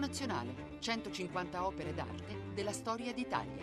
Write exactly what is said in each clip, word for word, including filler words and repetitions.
Nazionale, centocinquanta opere d'arte della storia d'Italia.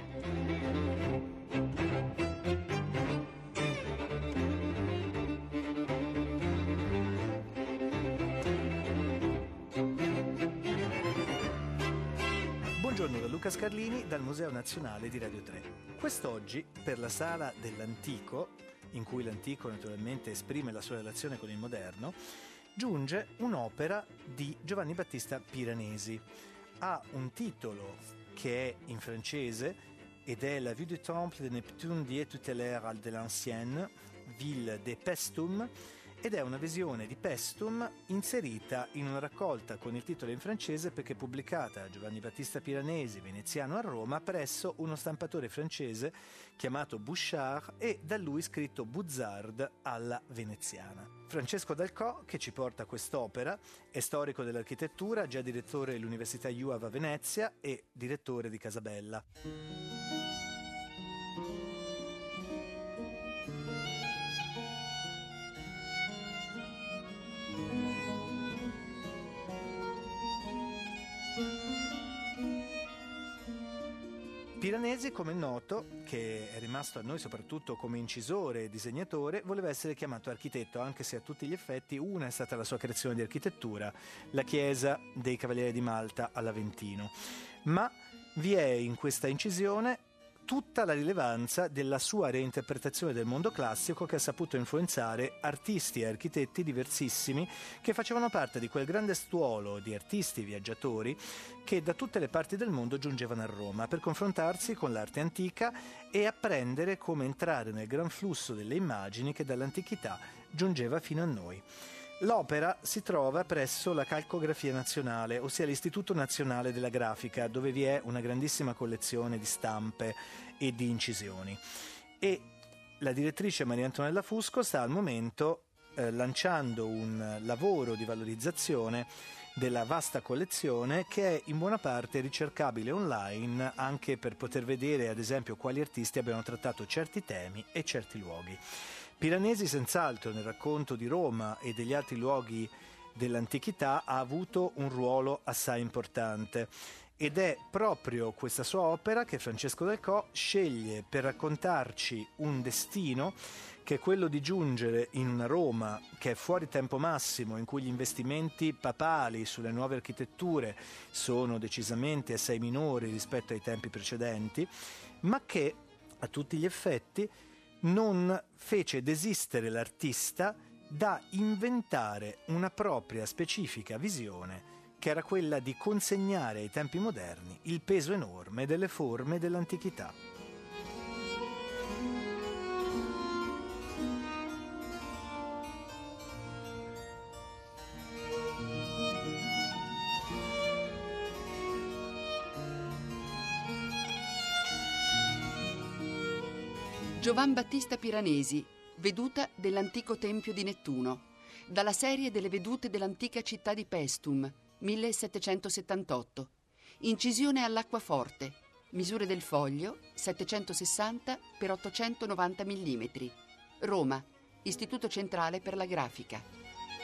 Buongiorno da Luca Scarlini dal Museo Nazionale di Radio tre. Quest'oggi, per la Sala dell'Antico, in cui l'antico naturalmente esprime la sua relazione con il moderno, giunge un'opera di Giovanni Battista Piranesi. Ha un titolo che è in francese ed è La vue du temple de Neptune die tutélaire de l'ancienne ville de Paestum, ed è una visione di Paestum inserita in una raccolta con il titolo in francese perché pubblicata da Giovanni Battista Piranesi, veneziano a Roma, presso uno stampatore francese chiamato Bouchard e da lui scritto Buzzard alla veneziana. Francesco Dalcò, che ci porta quest'opera, è storico dell'architettura, già direttore dell'Università U A V a Venezia e direttore di Casabella. Piranesi, come è noto, che è rimasto a noi soprattutto come incisore e disegnatore, voleva essere chiamato architetto, anche se a tutti gli effetti una è stata la sua creazione di architettura, la chiesa dei Cavalieri di Malta all'Aventino. Ma vi è in questa incisione tutta la rilevanza della sua reinterpretazione del mondo classico, che ha saputo influenzare artisti e architetti diversissimi che facevano parte di quel grande stuolo di artisti viaggiatori che da tutte le parti del mondo giungevano a Roma per confrontarsi con l'arte antica e apprendere come entrare nel gran flusso delle immagini che dall'antichità giungeva fino a noi. L'opera si trova presso la Calcografia Nazionale, ossia l'Istituto Nazionale della Grafica, dove vi è una grandissima collezione di stampe e di incisioni. E la direttrice Maria Antonella Fusco sta al momento eh, lanciando un lavoro di valorizzazione della vasta collezione, che è in buona parte ricercabile online anche per poter vedere, ad esempio, quali artisti abbiano trattato certi temi e certi luoghi. Piranesi, senz'altro, nel racconto di Roma e degli altri luoghi dell'antichità ha avuto un ruolo assai importante ed è proprio questa sua opera che Francesco Dalcò sceglie per raccontarci un destino che è quello di giungere in una Roma che è fuori tempo massimo, in cui gli investimenti papali sulle nuove architetture sono decisamente assai minori rispetto ai tempi precedenti, ma che a tutti gli effetti non fece desistere l'artista da inventare una propria specifica visione, che era quella di consegnare ai tempi moderni il peso enorme delle forme dell'antichità. Giovan Battista Piranesi, Veduta dell'antico tempio di Nettuno, dalla serie delle vedute dell'antica città di Paestum, millesettecentosettantotto. Incisione all'acquaforte, misure del foglio settecentosessanta per ottocentonovanta millimetri. Roma, Istituto Centrale per la Grafica.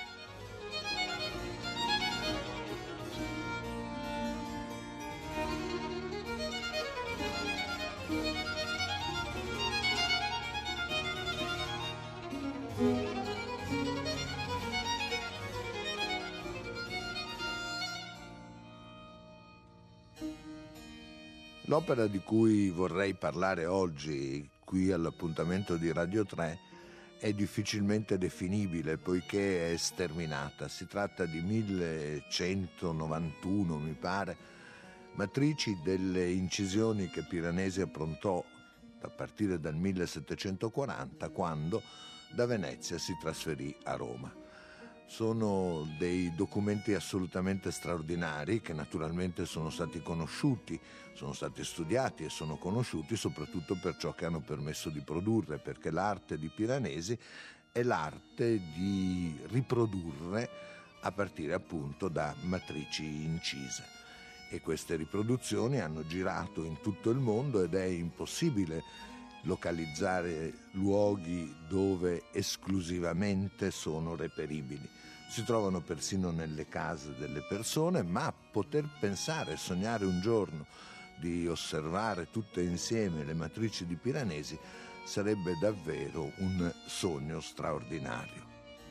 L'opera di cui vorrei parlare oggi, qui all'appuntamento di Radio tre, è difficilmente definibile poiché è sterminata. Si tratta di millecentonovantuno, mi pare, matrici delle incisioni che Piranesi approntò a partire dal millesettecentoquaranta, quando da Venezia si trasferì a Roma. Sono dei documenti assolutamente straordinari che naturalmente sono stati conosciuti, sono stati studiati e sono conosciuti soprattutto per ciò che hanno permesso di produrre, perché l'arte di Piranesi è l'arte di riprodurre a partire appunto da matrici incise. E queste riproduzioni hanno girato in tutto il mondo ed è impossibile localizzare luoghi dove esclusivamente sono reperibili. Si trovano persino nelle case delle persone, ma poter pensare, sognare un giorno di osservare tutte insieme le matrici di Piranesi sarebbe davvero un sogno straordinario.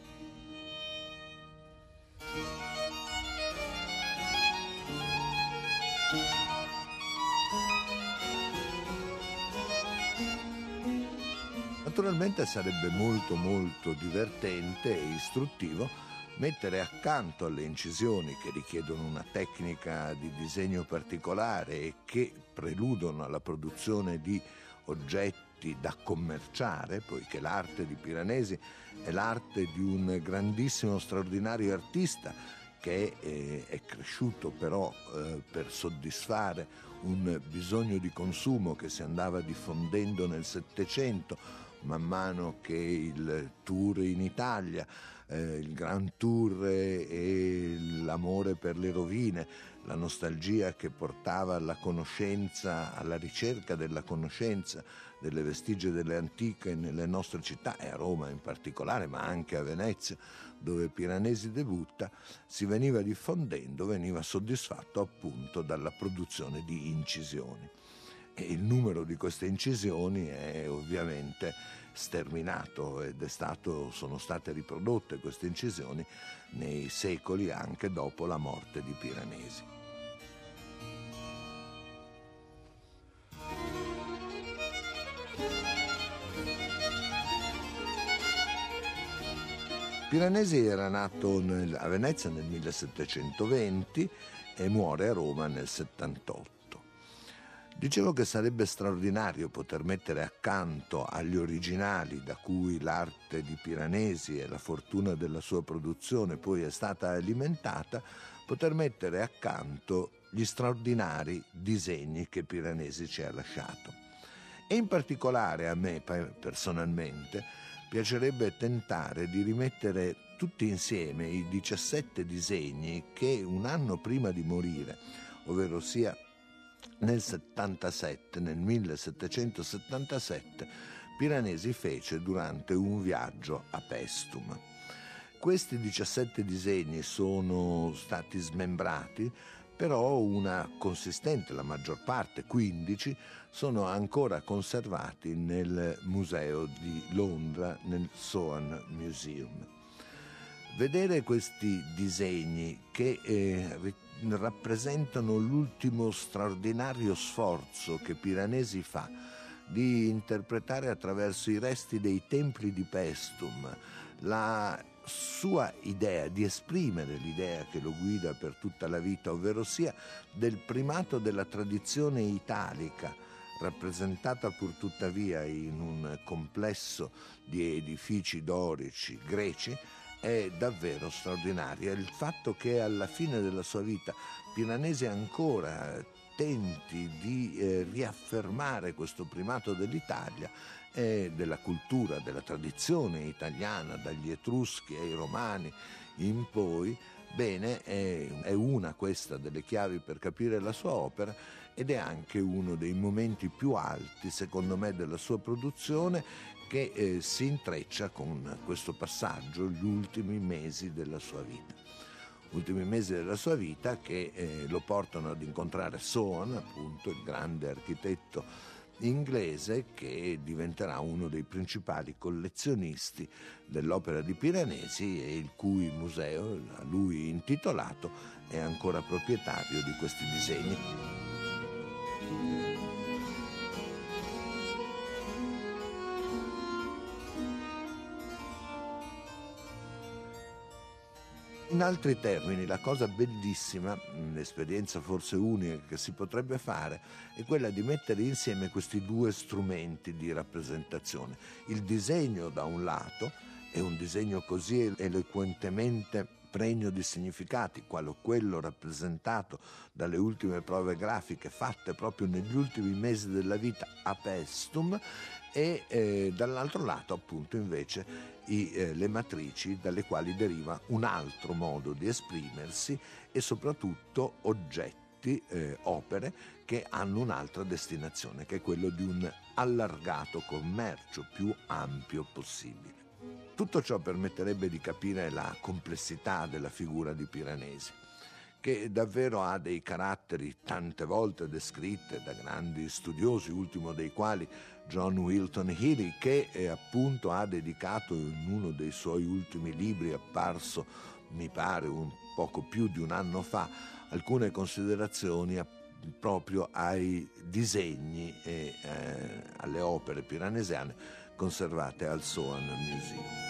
Naturalmente sarebbe molto molto divertente e istruttivo mettere accanto alle incisioni che richiedono una tecnica di disegno particolare e che preludono alla produzione di oggetti da commerciare, poiché l'arte di Piranesi è l'arte di un grandissimo, straordinario artista che eh, è cresciuto però eh, per soddisfare un bisogno di consumo che si andava diffondendo nel Settecento, man mano che il tour in Italia, eh, il Grand Tour e, e l'amore per le rovine, la nostalgia che portava alla conoscenza, alla ricerca della conoscenza delle vestigie delle antiche nelle nostre città, e a Roma in particolare, ma anche a Venezia, dove Piranesi debutta, si veniva diffondendo, veniva soddisfatto appunto dalla produzione di incisioni. E il numero di queste incisioni è ovviamente sterminato ed è stato, sono state riprodotte queste incisioni nei secoli anche dopo la morte di Piranesi. Piranesi era nato nel, a Venezia nel millesettecentoventi e muore a Roma nel settantotto. Dicevo che sarebbe straordinario poter mettere accanto agli originali da cui l'arte di Piranesi e la fortuna della sua produzione poi è stata alimentata, poter mettere accanto gli straordinari disegni che Piranesi ci ha lasciato. E in particolare a me personalmente piacerebbe tentare di rimettere tutti insieme i diciassette disegni che un anno prima di morire, ovvero sia nel settantasette, nel millesettecentosettantasette, Piranesi fece durante un viaggio a Paestum. Questi diciassette disegni sono stati smembrati, però una consistente, la maggior parte, quindici, sono ancora conservati nel museo di Londra, nel Soane Museum. Vedere questi disegni che eh, rappresentano l'ultimo straordinario sforzo che Piranesi fa di interpretare attraverso i resti dei templi di Paestum la sua idea, di esprimere l'idea che lo guida per tutta la vita, ovvero sia del primato della tradizione italica, rappresentata pur tuttavia in un complesso di edifici dorici greci, è davvero straordinaria. Il fatto che alla fine della sua vita Piranesi ancora tenti di eh, riaffermare questo primato dell'Italia e della cultura, della tradizione italiana, dagli Etruschi ai Romani in poi, bene, è, è una questa delle chiavi per capire la sua opera, ed è anche uno dei momenti più alti, secondo me, della sua produzione, che eh, si intreccia con questo passaggio, gli ultimi mesi della sua vita. Ultimi mesi della sua vita che eh, lo portano ad incontrare Soane, appunto il grande architetto inglese che diventerà uno dei principali collezionisti dell'opera di Piranesi e il cui museo, a lui intitolato, è ancora proprietario di questi disegni. In altri termini, la cosa bellissima, l'esperienza forse unica che si potrebbe fare, è quella di mettere insieme questi due strumenti di rappresentazione. Il disegno da un lato, è un disegno così eloquentemente pregno di significati, quale quello rappresentato dalle ultime prove grafiche fatte proprio negli ultimi mesi della vita a Paestum, e eh, dall'altro lato appunto invece i, eh, le matrici dalle quali deriva un altro modo di esprimersi e soprattutto oggetti progetti, eh, opere che hanno un'altra destinazione, che è quello di un allargato commercio più ampio possibile. Tutto ciò permetterebbe di capire la complessità della figura di Piranesi, che davvero ha dei caratteri tante volte descritte da grandi studiosi, ultimo dei quali John Wilton Healy, che eh, appunto ha dedicato in uno dei suoi ultimi libri, apparso mi pare un poco più di un anno fa, alcune considerazioni a, proprio ai disegni e eh, alle opere piranesiane conservate al Soane Museum.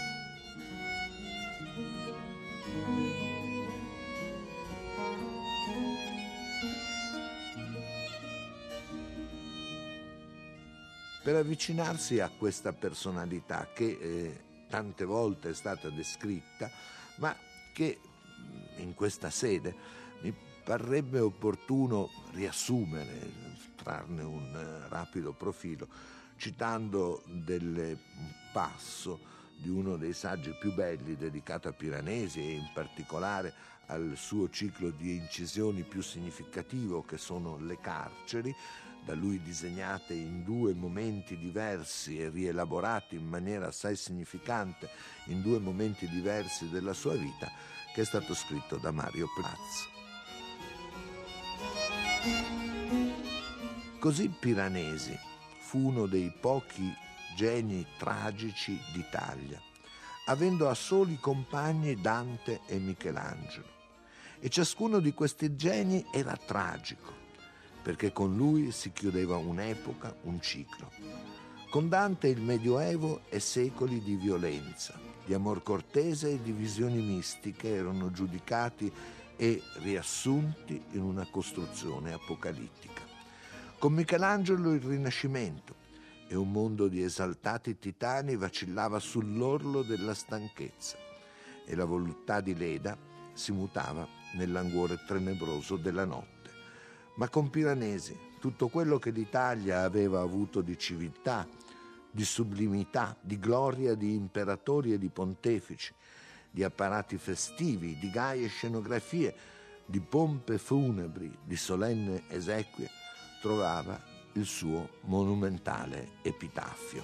Per avvicinarsi a questa personalità che eh, tante volte è stata descritta, ma che in questa sede mi parrebbe opportuno riassumere, trarne un eh, rapido profilo, citando delle, un passo di uno dei saggi più belli dedicato a Piranesi e in particolare al suo ciclo di incisioni più significativo, che sono Le carceri, da lui disegnate in due momenti diversi e rielaborati in maniera assai significante in due momenti diversi della sua vita, che è stato scritto da Mario Praz. Così Piranesi fu uno dei pochi geni tragici d'Italia, avendo a soli compagni Dante e Michelangelo, e ciascuno di questi geni era tragico, perché con lui si chiudeva un'epoca, un ciclo. Con Dante il Medioevo e secoli di violenza, di amor cortese e di visioni mistiche erano giudicati e riassunti in una costruzione apocalittica. Con Michelangelo il Rinascimento, e un mondo di esaltati titani vacillava sull'orlo della stanchezza, e la voluttà di Leda si mutava nel languore tenebroso della notte. Ma con Piranesi tutto quello che l'Italia aveva avuto di civiltà, di sublimità, di gloria di imperatori e di pontefici, di apparati festivi, di gaie scenografie, di pompe funebri, di solenne esequie, trovava il suo monumentale epitaffio.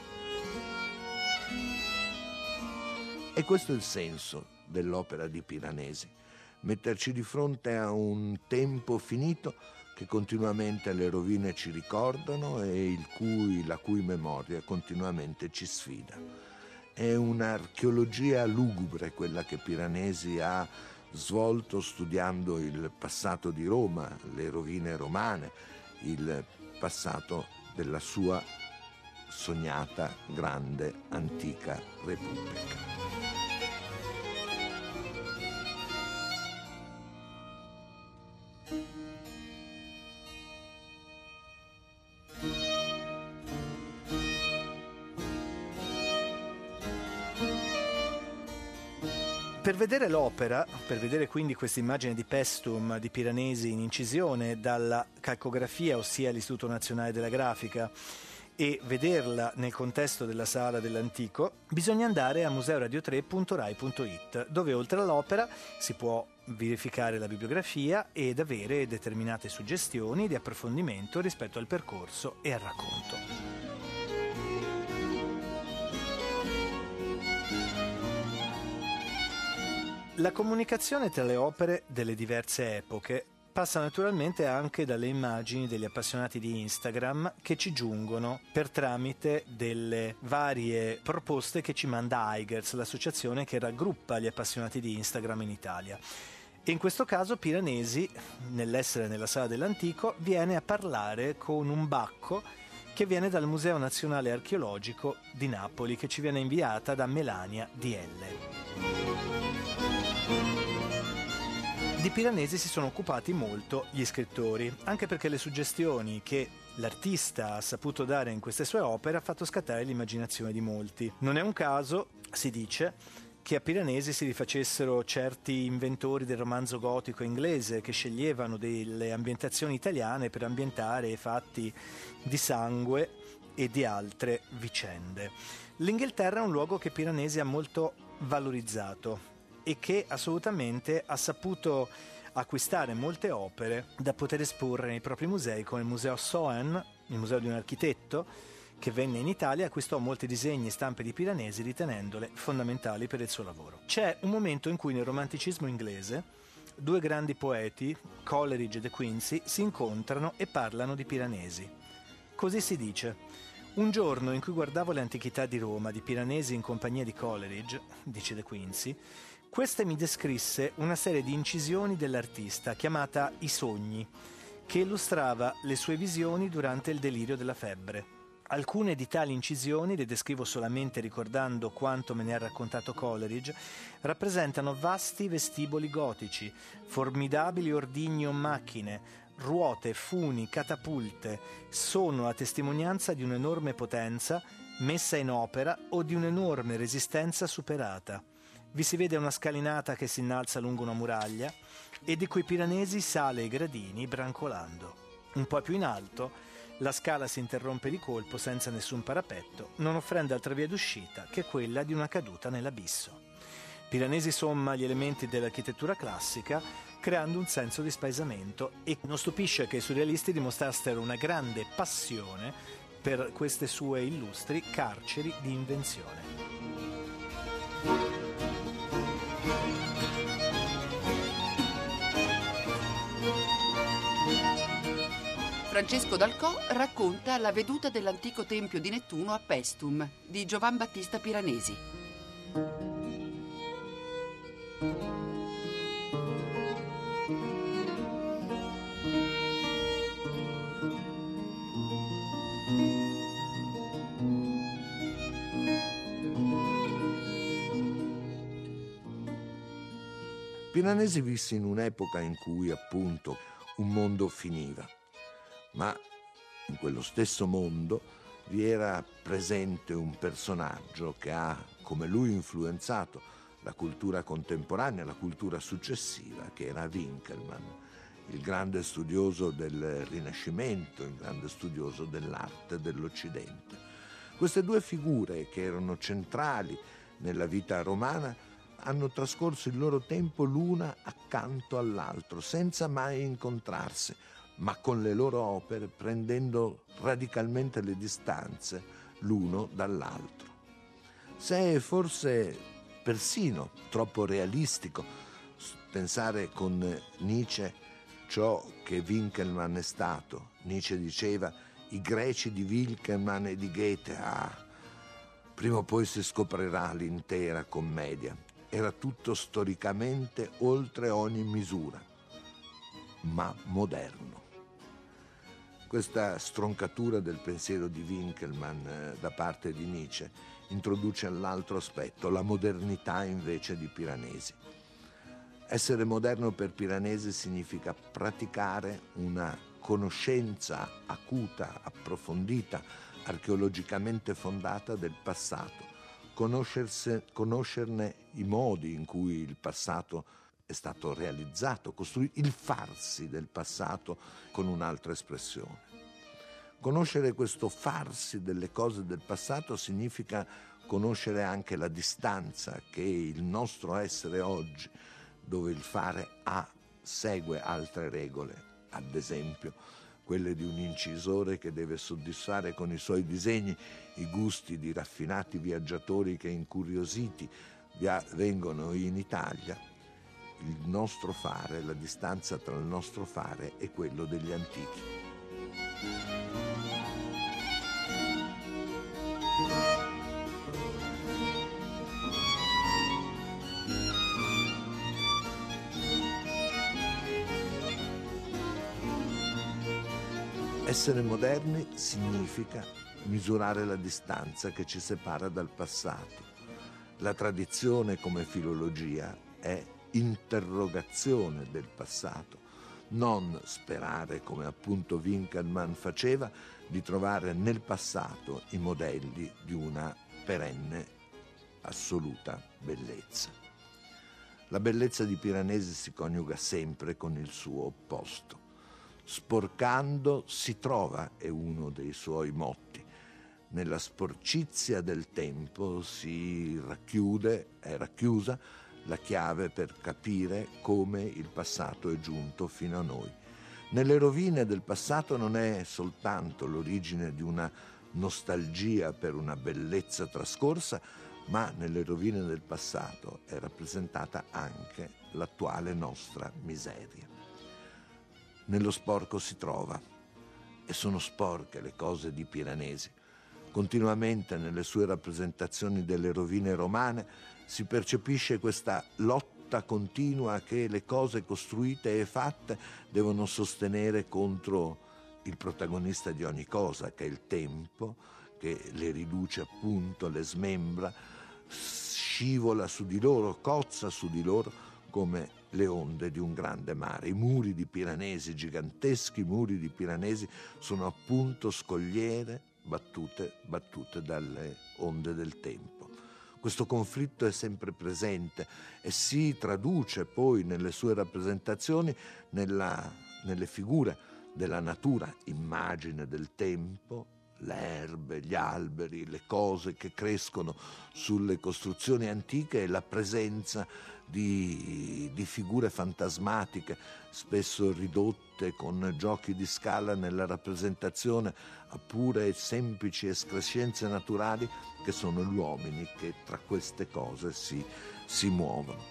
E questo è il senso dell'opera di Piranesi, metterci di fronte a un tempo finito che continuamente le rovine ci ricordano e il cui, la cui memoria continuamente ci sfida. È un'archeologia lugubre quella che Piranesi ha svolto studiando il passato di Roma, le rovine romane, il passato della sua sognata grande antica repubblica. Per vedere l'opera, per vedere quindi questa immagine di Paestum di Piranesi in incisione dalla calcografia, ossia l'Istituto Nazionale della Grafica, e vederla nel contesto della Sala dell'Antico, bisogna andare a museo radio tre punto rai punto it, dove oltre all'opera si può verificare la bibliografia ed avere determinate suggestioni di approfondimento rispetto al percorso e al racconto. La comunicazione tra le opere delle diverse epoche passa naturalmente anche dalle immagini degli appassionati di Instagram che ci giungono per tramite delle varie proposte che ci manda Eigers, l'associazione che raggruppa gli appassionati di Instagram in Italia. E in questo caso Piranesi, nell'essere nella Sala dell'Antico, viene a parlare con un bacco che viene dal Museo Nazionale Archeologico di Napoli, che ci viene inviata da Melania D L. Di Piranesi si sono occupati molto gli scrittori, anche perché le suggestioni che l'artista ha saputo dare in queste sue opere ha fatto scattare l'immaginazione di molti. Non è un caso, si dice, che a Piranesi si rifacessero certi inventori del romanzo gotico inglese che sceglievano delle ambientazioni italiane per ambientare fatti di sangue e di altre vicende. L'Inghilterra è un luogo che Piranesi ha molto valorizzato e che assolutamente ha saputo acquistare molte opere da poter esporre nei propri musei, come il Museo Soane, il museo di un architetto, che venne in Italia e acquistò molti disegni e stampe di Piranesi ritenendole fondamentali per il suo lavoro. C'è un momento in cui nel romanticismo inglese due grandi poeti, Coleridge e De Quincey, si incontrano e parlano di Piranesi. Così si dice: un giorno in cui guardavo le antichità di Roma di Piranesi in compagnia di Coleridge, dice De Quincey, queste mi descrisse una serie di incisioni dell'artista chiamata I Sogni, che illustrava le sue visioni durante il delirio della febbre. Alcune di tali incisioni, le descrivo solamente ricordando quanto me ne ha raccontato Coleridge, rappresentano vasti vestiboli gotici, formidabili ordigni o macchine, ruote, funi, catapulte, sono la testimonianza di un'enorme potenza messa in opera o di un'enorme resistenza superata. Vi si vede una scalinata che si innalza lungo una muraglia e di cui Piranesi sale i gradini brancolando. Un po' più in alto la scala si interrompe di colpo senza nessun parapetto, non offrendo altra via d'uscita che quella di una caduta nell'abisso. Piranesi somma gli elementi dell'architettura classica creando un senso di spaesamento e non stupisce che i surrealisti dimostrassero una grande passione per queste sue illustri carceri di invenzione. Francesco Dalcò racconta La veduta dell'antico tempio di Nettuno a Paestum di Giovan Battista Piranesi. Piranesi visse in un'epoca in cui appunto un mondo finiva, ma in quello stesso mondo vi era presente un personaggio che ha, come lui, influenzato la cultura contemporanea, la cultura successiva, che era Winckelmann, il grande studioso del Rinascimento, il grande studioso dell'arte dell'Occidente. Queste due figure, che erano centrali nella vita romana, hanno trascorso il loro tempo l'una accanto all'altro, senza mai incontrarsi, ma con le loro opere prendendo radicalmente le distanze l'uno dall'altro. Se è forse persino troppo realistico pensare con Nietzsche ciò che Winckelmann è stato. Nietzsche diceva: i greci di Winckelmann e di Goethe, ah, prima o poi si scoprirà l'intera commedia. Era tutto storicamente oltre ogni misura, ma moderno. Questa stroncatura del pensiero di Winckelmann eh, da parte di Nietzsche introduce l'altro aspetto, la modernità invece di Piranesi. Essere moderno per Piranesi significa praticare una conoscenza acuta, approfondita, archeologicamente fondata del passato, conoscerne i modi in cui il passato è stato realizzato, costruire il farsi del passato con un'altra espressione. Conoscere questo farsi delle cose del passato significa conoscere anche la distanza che il nostro essere oggi, dove il fare ha, segue altre regole, ad esempio quelle di un incisore che deve soddisfare con i suoi disegni i gusti di raffinati viaggiatori che, incuriositi, vengono in Italia. Il nostro fare, la distanza tra il nostro fare e quello degli antichi. Essere moderni significa misurare la distanza che ci separa dal passato. La tradizione come filologia è interrogazione del passato, non sperare, come appunto Winckelmann faceva, di trovare nel passato i modelli di una perenne assoluta bellezza. La bellezza di Piranesi si coniuga sempre con il suo opposto. Sporcando si trova, è uno dei suoi motti. Nella sporcizia del tempo si racchiude, è racchiusa la chiave per capire come il passato è giunto fino a noi. Nelle rovine del passato non è soltanto l'origine di una nostalgia per una bellezza trascorsa, ma nelle rovine del passato è rappresentata anche l'attuale nostra miseria. Nello sporco si trova, e sono sporche le cose di Piranesi. Continuamente nelle sue rappresentazioni delle rovine romane si percepisce questa lotta continua che le cose costruite e fatte devono sostenere contro il protagonista di ogni cosa, che è il tempo, che le riduce appunto, le smembra, scivola su di loro, cozza su di loro come le onde di un grande mare. I muri di Piranesi, giganteschi muri di Piranesi, sono appunto scogliere battute, battute dalle onde del tempo. Questo conflitto è sempre presente e si traduce poi nelle sue rappresentazioni nella, nelle figure della natura, immagine del tempo, le erbe, gli alberi, le cose che crescono sulle costruzioni antiche e la presenza di, di figure fantasmatiche, spesso ridotte con giochi di scala nella rappresentazione a pure semplici escrescenze naturali che sono gli uomini che tra queste cose si, si muovono.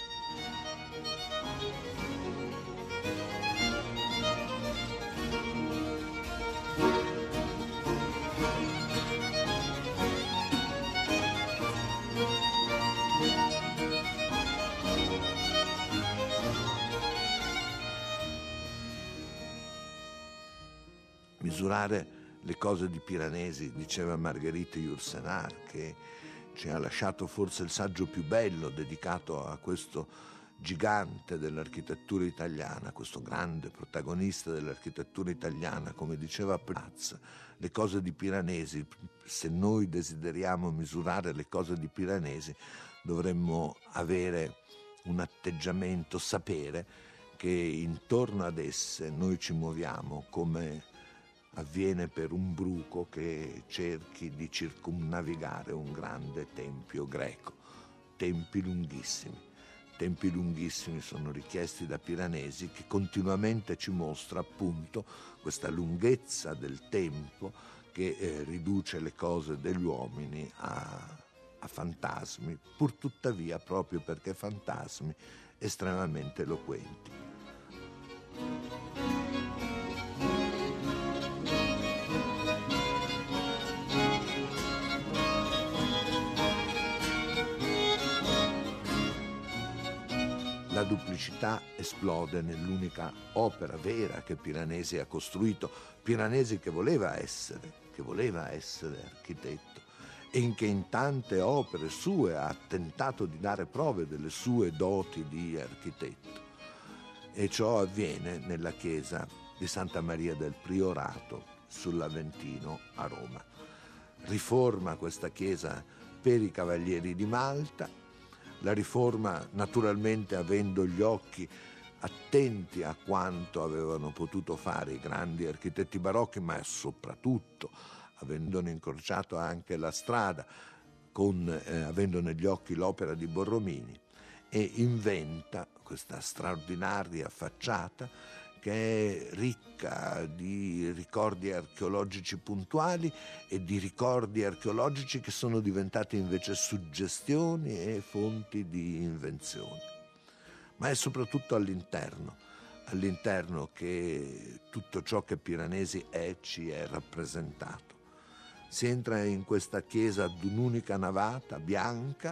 Misurare le cose di Piranesi, diceva Marguerite Yourcenar, che ci ha lasciato forse il saggio più bello dedicato a questo gigante dell'architettura italiana, questo grande protagonista dell'architettura italiana, come diceva Prats. Le cose di Piranesi, se noi desideriamo misurare le cose di Piranesi, dovremmo avere un atteggiamento, sapere che intorno ad esse noi ci muoviamo come avviene per un bruco che cerchi di circumnavigare un grande tempio greco. Tempi lunghissimi. Tempi lunghissimi sono richiesti da Piranesi, che continuamente ci mostra appunto questa lunghezza del tempo che eh, riduce le cose degli uomini a, a fantasmi, pur tuttavia, proprio perché fantasmi, estremamente eloquenti. La duplicità esplode nell'unica opera vera che Piranesi ha costruito, Piranesi che voleva essere, che voleva essere architetto e in che in tante opere sue ha tentato di dare prove delle sue doti di architetto. E ciò avviene nella chiesa di Santa Maria del Priorato sull'Aventino a Roma. Riforma questa chiesa per i Cavalieri di Malta. La riforma naturalmente avendo gli occhi attenti a quanto avevano potuto fare i grandi architetti barocchi, ma soprattutto avendone incrociato anche la strada, con, eh, avendo negli occhi l'opera di Borromini, e inventa questa straordinaria facciata che è ricca di ricordi archeologici puntuali e di ricordi archeologici che sono diventati invece suggestioni e fonti di invenzioni. Ma è soprattutto all'interno, all'interno che tutto ciò che Piranesi è ci è rappresentato. Si entra in questa chiesa ad un'unica navata bianca,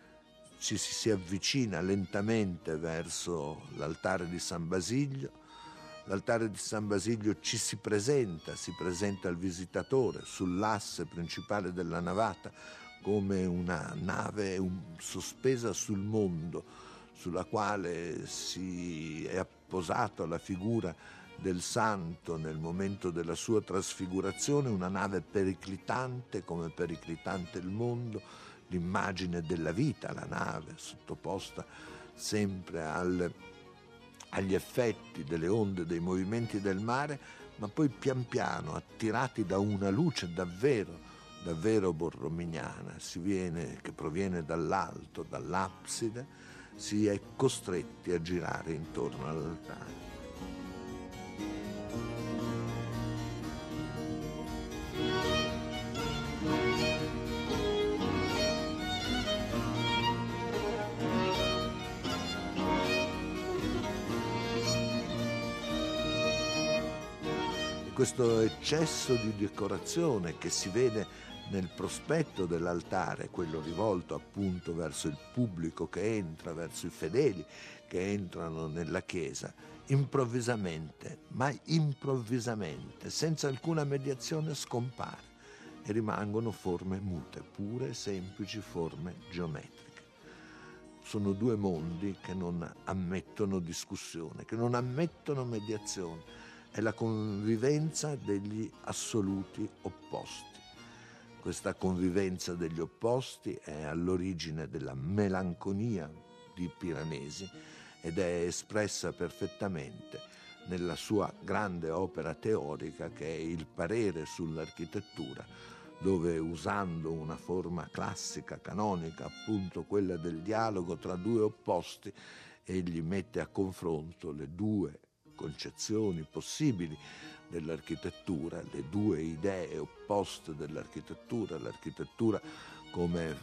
ci si avvicina lentamente verso l'altare di San Basilio. L'altare di San Basilio ci si presenta, si presenta al visitatore sull'asse principale della navata come una nave un, sospesa sul mondo, sulla quale si è apposato la figura del santo nel momento della sua trasfigurazione, una nave periclitante come periclitante il mondo, l'immagine della vita, la nave sottoposta sempre al agli effetti delle onde, dei movimenti del mare, ma poi pian piano, attirati da una luce davvero, davvero borrominiana, si viene, che proviene dall'alto, dall'abside, si è costretti a girare intorno all'altare. Questo eccesso di decorazione che si vede nel prospetto dell'altare, quello rivolto appunto verso il pubblico che entra, verso i fedeli che entrano nella chiesa, improvvisamente, ma improvvisamente, senza alcuna mediazione, scompare e rimangono forme mute, pure semplici forme geometriche. Sono due mondi che non ammettono discussione, che non ammettono mediazione. È la convivenza degli assoluti opposti. Questa convivenza degli opposti è all'origine della melanconia di Piranesi ed è espressa perfettamente nella sua grande opera teorica che è Il parere sull'architettura, dove, usando una forma classica, canonica, appunto quella del dialogo tra due opposti, egli mette a confronto le due concezioni possibili dell'architettura, le due idee opposte dell'architettura, l'architettura come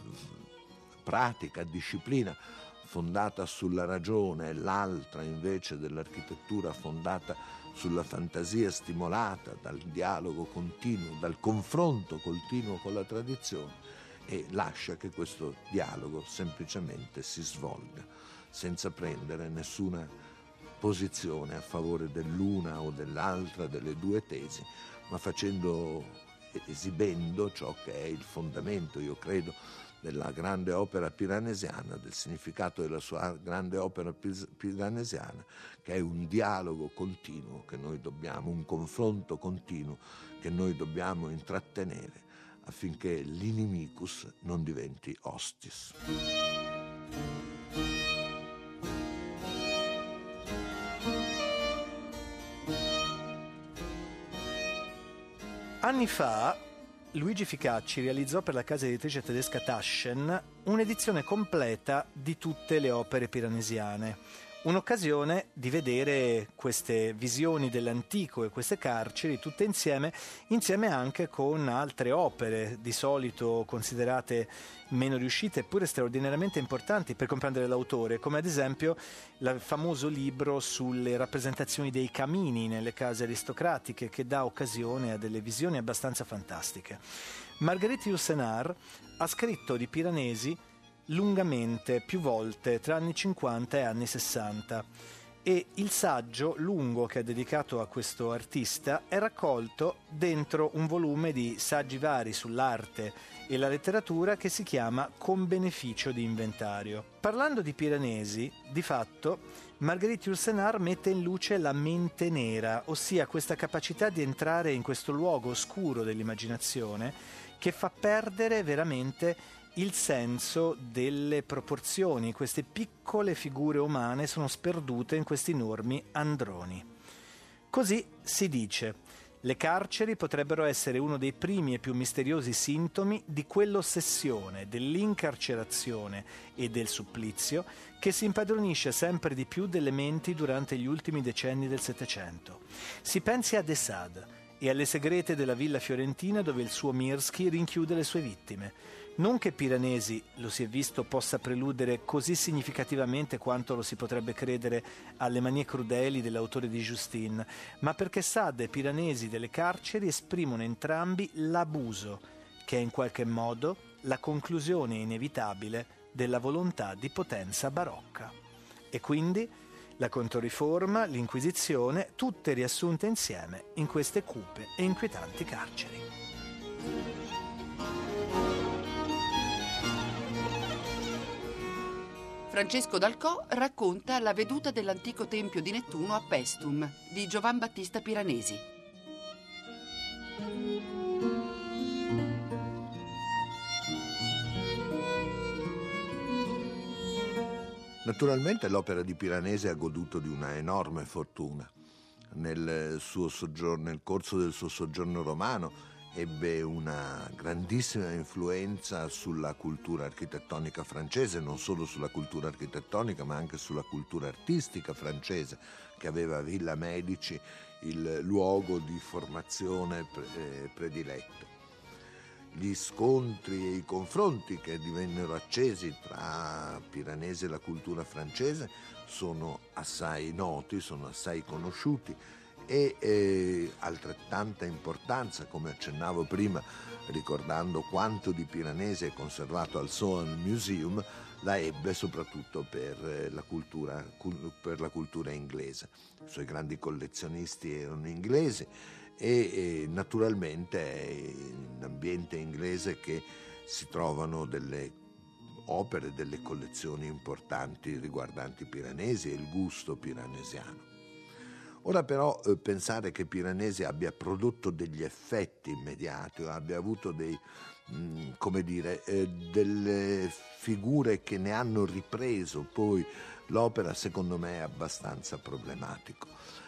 pratica, disciplina fondata sulla ragione e l'altra invece dell'architettura fondata sulla fantasia stimolata dal dialogo continuo, dal confronto continuo con la tradizione, e lascia che questo dialogo semplicemente si svolga senza prendere nessuna posizione a favore dell'una o dell'altra delle due tesi, ma facendo, esibendo ciò che è il fondamento, io credo, della grande opera piranesiana, del significato della sua grande opera piranesiana, che è un dialogo continuo che noi dobbiamo, un confronto continuo che noi dobbiamo intrattenere affinché l'inimicus non diventi hostis. Anni fa Luigi Ficacci realizzò per la casa editrice tedesca Taschen un'edizione completa di tutte le opere piranesiane. Un'occasione di vedere queste visioni dell'antico e queste carceri tutte insieme, insieme anche con altre opere di solito considerate meno riuscite eppure straordinariamente importanti per comprendere l'autore, come ad esempio il famoso libro sulle rappresentazioni dei camini nelle case aristocratiche, che dà occasione a delle visioni abbastanza fantastiche. Marguerite Yourcenar ha scritto di Piranesi lungamente, più volte, tra anni cinquanta e anni sessanta, e il saggio lungo che ha dedicato a questo artista è raccolto dentro un volume di saggi vari sull'arte e la letteratura che si chiama Con beneficio di inventario. Parlando di Piranesi, di fatto, Marguerite Yourcenar mette in luce la mente nera, ossia questa capacità di entrare in questo luogo oscuro dell'immaginazione che fa perdere veramente il senso delle proporzioni. Queste piccole figure umane sono sperdute in questi enormi androni. Così si dice: le carceri potrebbero essere uno dei primi e più misteriosi sintomi di quell'ossessione dell'incarcerazione e del supplizio che si impadronisce sempre di più delle menti durante gli ultimi decenni del Settecento. Si pensi a De Sade e alle segrete della villa fiorentina dove il suo Mirsky rinchiude le sue vittime. Non che Piranesi, lo si è visto, possa preludere così significativamente quanto lo si potrebbe credere alle manie crudeli dell'autore di Justine, ma perché Sade e Piranesi delle carceri esprimono entrambi l'abuso, che è in qualche modo la conclusione inevitabile della volontà di potenza barocca. E quindi la Controriforma, l'Inquisizione, tutte riassunte insieme in queste cupe e inquietanti carceri. Francesco Dalcò racconta La veduta dell'antico tempio di Nettuno a Paestum di Giovan Battista Piranesi. Naturalmente l'opera di Piranesi ha goduto di una enorme fortuna. Nel suo soggiorno, nel corso del suo soggiorno romano, ebbe una grandissima influenza sulla cultura architettonica francese, non solo sulla cultura architettonica ma anche sulla cultura artistica francese, che aveva a Villa Medici il luogo di formazione prediletto. Gli scontri e i confronti che divennero accesi tra Piranesi e la cultura francese sono assai noti, sono assai conosciuti, e eh, altrettanta importanza, come accennavo prima ricordando quanto di Piranesi è conservato al Soane Museum, la ebbe soprattutto per la cultura, per la cultura inglese. I suoi grandi collezionisti erano inglesi e, e naturalmente è in ambiente inglese che si trovano delle opere, delle collezioni importanti riguardanti Piranesi e il gusto piranesiano. Ora però eh, pensare che Piranesi abbia prodotto degli effetti immediati, o abbia avuto dei, mh, come dire, eh, delle figure che ne hanno ripreso poi l'opera, secondo me è abbastanza problematico.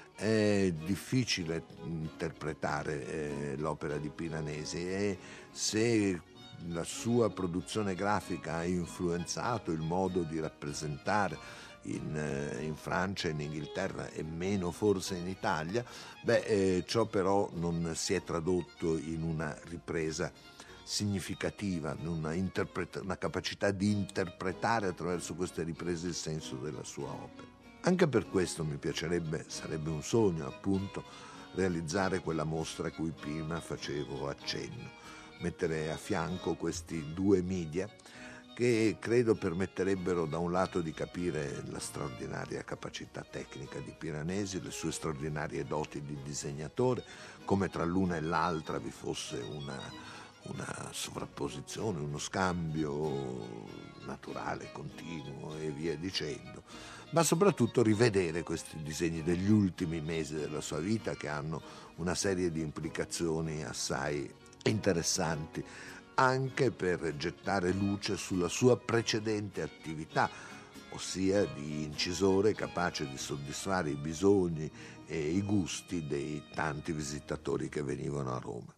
È difficile interpretare eh, l'opera di Piranesi, e se la sua produzione grafica ha influenzato il modo di rappresentare In, in Francia, in Inghilterra e meno forse in Italia, beh, eh, ciò però non si è tradotto in una ripresa significativa, in una, una capacità di interpretare attraverso queste riprese il senso della sua opera. Anche per questo mi piacerebbe, sarebbe un sogno appunto, realizzare quella mostra a cui prima facevo accenno, mettere a fianco questi due media che credo permetterebbero da un lato di capire la straordinaria capacità tecnica di Piranesi, le sue straordinarie doti di disegnatore, come tra l'una e l'altra vi fosse una, una sovrapposizione, uno scambio naturale, continuo e via dicendo, ma soprattutto rivedere questi disegni degli ultimi mesi della sua vita, che hanno una serie di implicazioni assai interessanti, anche per gettare luce sulla sua precedente attività, ossia di incisore capace di soddisfare i bisogni e i gusti dei tanti visitatori che venivano a Roma.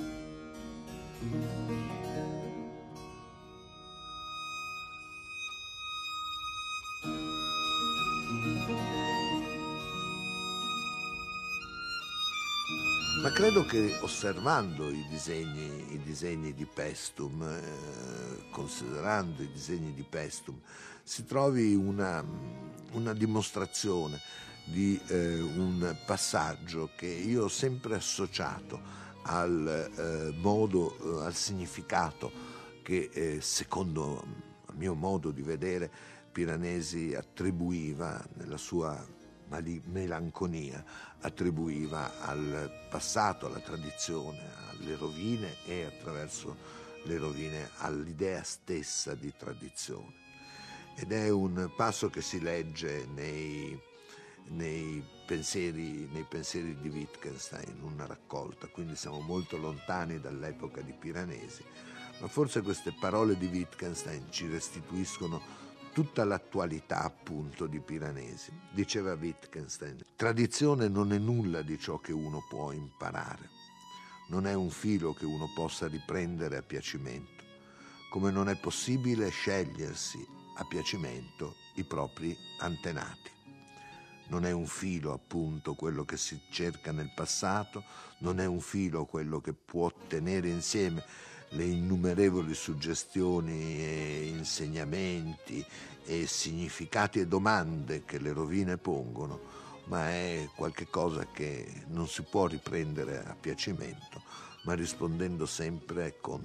Ma credo che osservando i disegni, i disegni di Paestum, eh, considerando i disegni di Paestum, si trovi una, una dimostrazione di eh, un passaggio che io ho sempre associato al eh, modo, eh, al significato che eh, secondo il mio modo di vedere Piranesi attribuiva nella sua melanconia, attribuiva al passato, alla tradizione, alle rovine e attraverso le rovine all'idea stessa di tradizione. Ed è un passo che si legge nei, nei, pensieri, nei pensieri di Wittgenstein, in una raccolta, quindi siamo molto lontani dall'epoca di Piranesi, ma forse queste parole di Wittgenstein ci restituiscono tutta l'attualità appunto di Piranesi. Diceva Wittgenstein: tradizione non è nulla di ciò che uno può imparare, non è un filo che uno possa riprendere a piacimento, come non è possibile scegliersi a piacimento i propri antenati. Non è un filo appunto quello che si cerca nel passato, non è un filo quello che può tenere insieme le innumerevoli suggestioni e insegnamenti e significati e domande che le rovine pongono, ma è qualche cosa che non si può riprendere a piacimento, ma rispondendo sempre con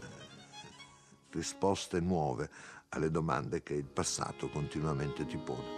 eh, risposte nuove alle domande che il passato continuamente ti pone.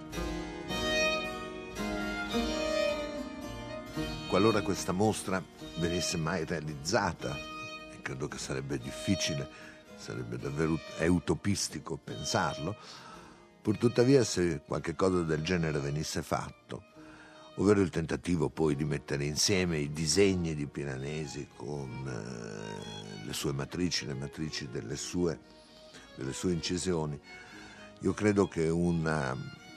Qualora questa mostra venisse mai realizzata, e credo che sarebbe difficile, sarebbe davvero, è utopistico pensarlo. Purtuttavia, se qualche cosa del genere venisse fatto, ovvero il tentativo poi di mettere insieme i disegni di Piranesi con eh, le sue matrici, le matrici delle sue, delle sue incisioni, io credo che una,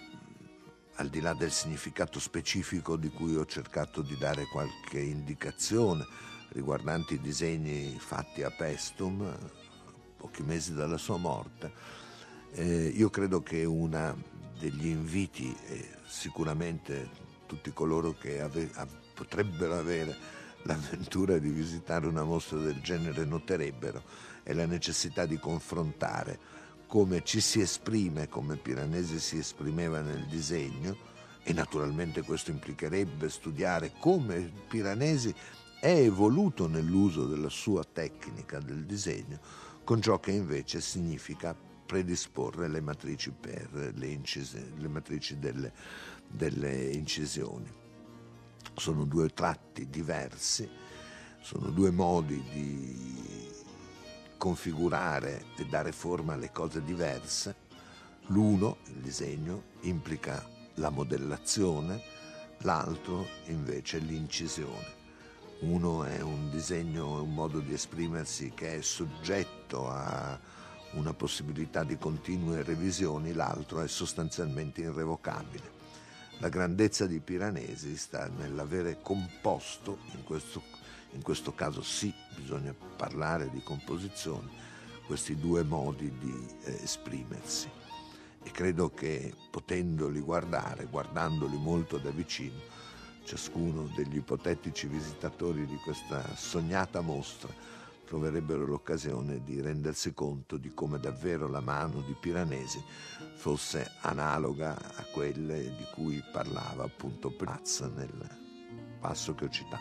al di là del significato specifico di cui ho cercato di dare qualche indicazione riguardanti i disegni fatti a Paestum, pochi mesi dalla sua morte, eh, io credo che una degli inviti, e sicuramente tutti coloro che ave- potrebbero avere l'avventura di visitare una mostra del genere noterebbero, è la necessità di confrontare come ci si esprime, come Piranesi si esprimeva nel disegno, e naturalmente questo implicherebbe studiare come Piranesi è evoluto nell'uso della sua tecnica del disegno, con ciò che invece significa predisporre le matrici per le, incise, le matrici delle, delle incisioni. Sono due tratti diversi, sono due modi di configurare e dare forma alle cose diverse. L'uno, il disegno, implica la modellazione, l'altro invece l'incisione. Uno è un disegno, un modo di esprimersi che è soggetto a una possibilità di continue revisioni, l'altro è sostanzialmente irrevocabile. La grandezza di Piranesi sta nell'avere composto, in questo, in questo caso sì, bisogna parlare di composizione, questi due modi di eh, esprimersi. E credo che potendoli guardare, guardandoli molto da vicino, ciascuno degli ipotetici visitatori di questa sognata mostra troverebbero l'occasione di rendersi conto di come davvero la mano di Piranesi fosse analoga a quelle di cui parlava appunto Prats nel passo che ho citato.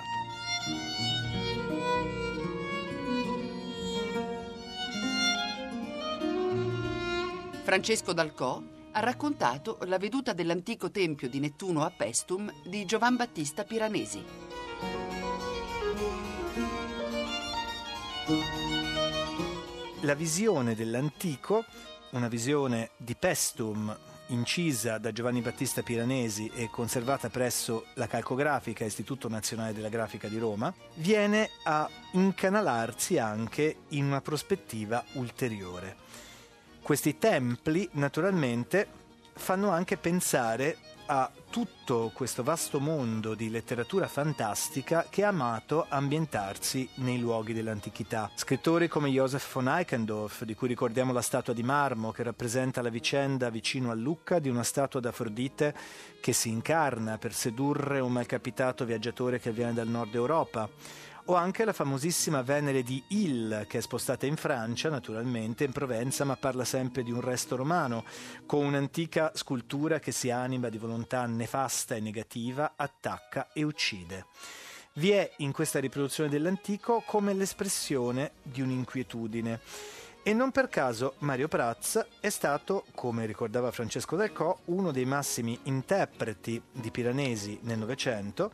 Francesco Dalcò ha raccontato la veduta dell'antico tempio di Nettuno a Paestum di Giovan Battista Piranesi. La visione dell'antico, una visione di Paestum incisa da Giovanni Battista Piranesi e conservata presso la Calcografica, Istituto Nazionale della Grafica di Roma, viene a incanalarsi anche in una prospettiva ulteriore. Questi templi, naturalmente, fanno anche pensare a tutto questo vasto mondo di letteratura fantastica che ha amato ambientarsi nei luoghi dell'antichità. Scrittori come Joseph von Eichendorff, di cui ricordiamo la statua di marmo che rappresenta la vicenda vicino a Lucca di una statua d'Afrodite che si incarna per sedurre un malcapitato viaggiatore che viene dal nord Europa. O anche la famosissima Venere di Il, che è spostata in Francia, naturalmente, in Provenza, ma parla sempre di un resto romano, con un'antica scultura che si anima di volontà nefasta e negativa, attacca e uccide. Vi è in questa riproduzione dell'antico come l'espressione di un'inquietudine. E non per caso Mario Prats è stato, come ricordava Francesco Dalcò, uno dei massimi interpreti di Piranesi nel Novecento.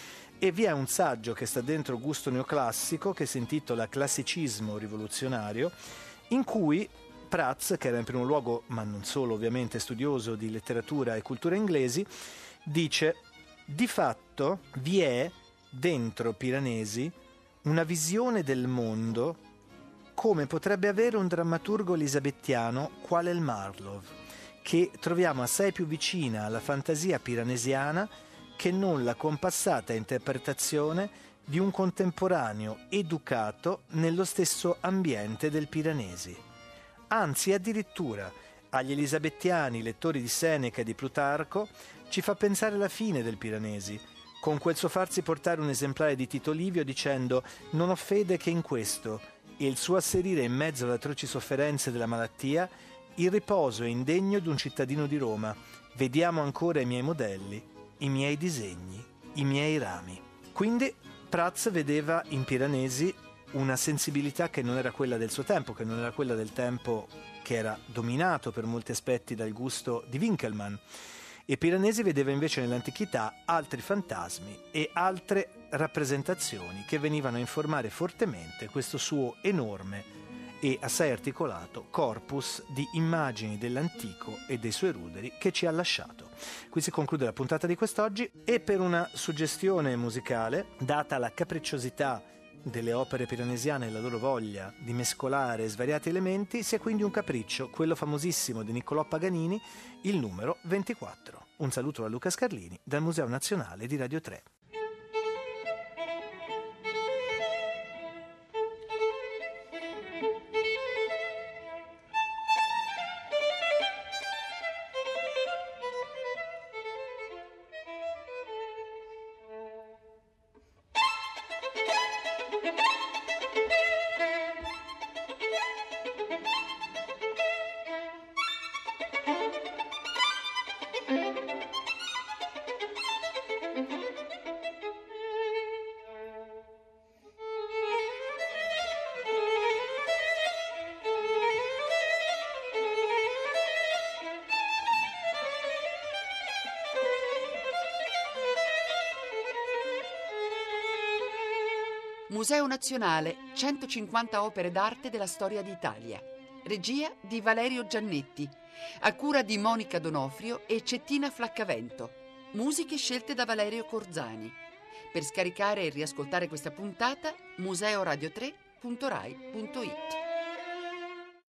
E vi è un saggio che sta dentro Gusto Neoclassico che si intitola Classicismo rivoluzionario, in cui Prats, che era in primo luogo, ma non solo ovviamente, studioso di letteratura e cultura inglesi, dice: di fatto vi è dentro Piranesi una visione del mondo come potrebbe avere un drammaturgo elisabettiano quale il Marlowe, che troviamo assai più vicina alla fantasia piranesiana che non la compassata interpretazione di un contemporaneo educato nello stesso ambiente del Piranesi. Anzi, addirittura, agli elisabettiani lettori di Seneca e di Plutarco ci fa pensare la fine del Piranesi, con quel suo farsi portare un esemplare di Tito Livio dicendo «Non ho fede che in questo», e il suo asserire in mezzo alle atroci sofferenze della malattia «Il riposo è indegno di un cittadino di Roma. Vediamo ancora i miei modelli, i miei disegni, i miei rami». Quindi Prats vedeva in Piranesi una sensibilità che non era quella del suo tempo, che non era quella del tempo che era dominato per molti aspetti dal gusto di Winckelmann. E Piranesi vedeva invece nell'antichità altri fantasmi e altre rappresentazioni che venivano a informare fortemente questo suo enorme e assai articolato corpus di immagini dell'antico e dei suoi ruderi che ci ha lasciato. Qui si conclude la puntata di quest'oggi e per una suggestione musicale, data la capricciosità delle opere piranesiane e la loro voglia di mescolare svariati elementi, sia quindi un capriccio, quello famosissimo di Niccolò Paganini, il numero ventiquattro. Un saluto da Luca Scarlini dal Museo Nazionale di Radio tre. Museo Nazionale, centocinquanta opere d'arte della storia d'Italia. Regia di Valerio Giannetti, a cura di Monica Donofrio e Cettina Flaccavento. Musiche scelte da Valerio Corzani. Per scaricare e riascoltare questa puntata, museo radio tre punto rai punto it.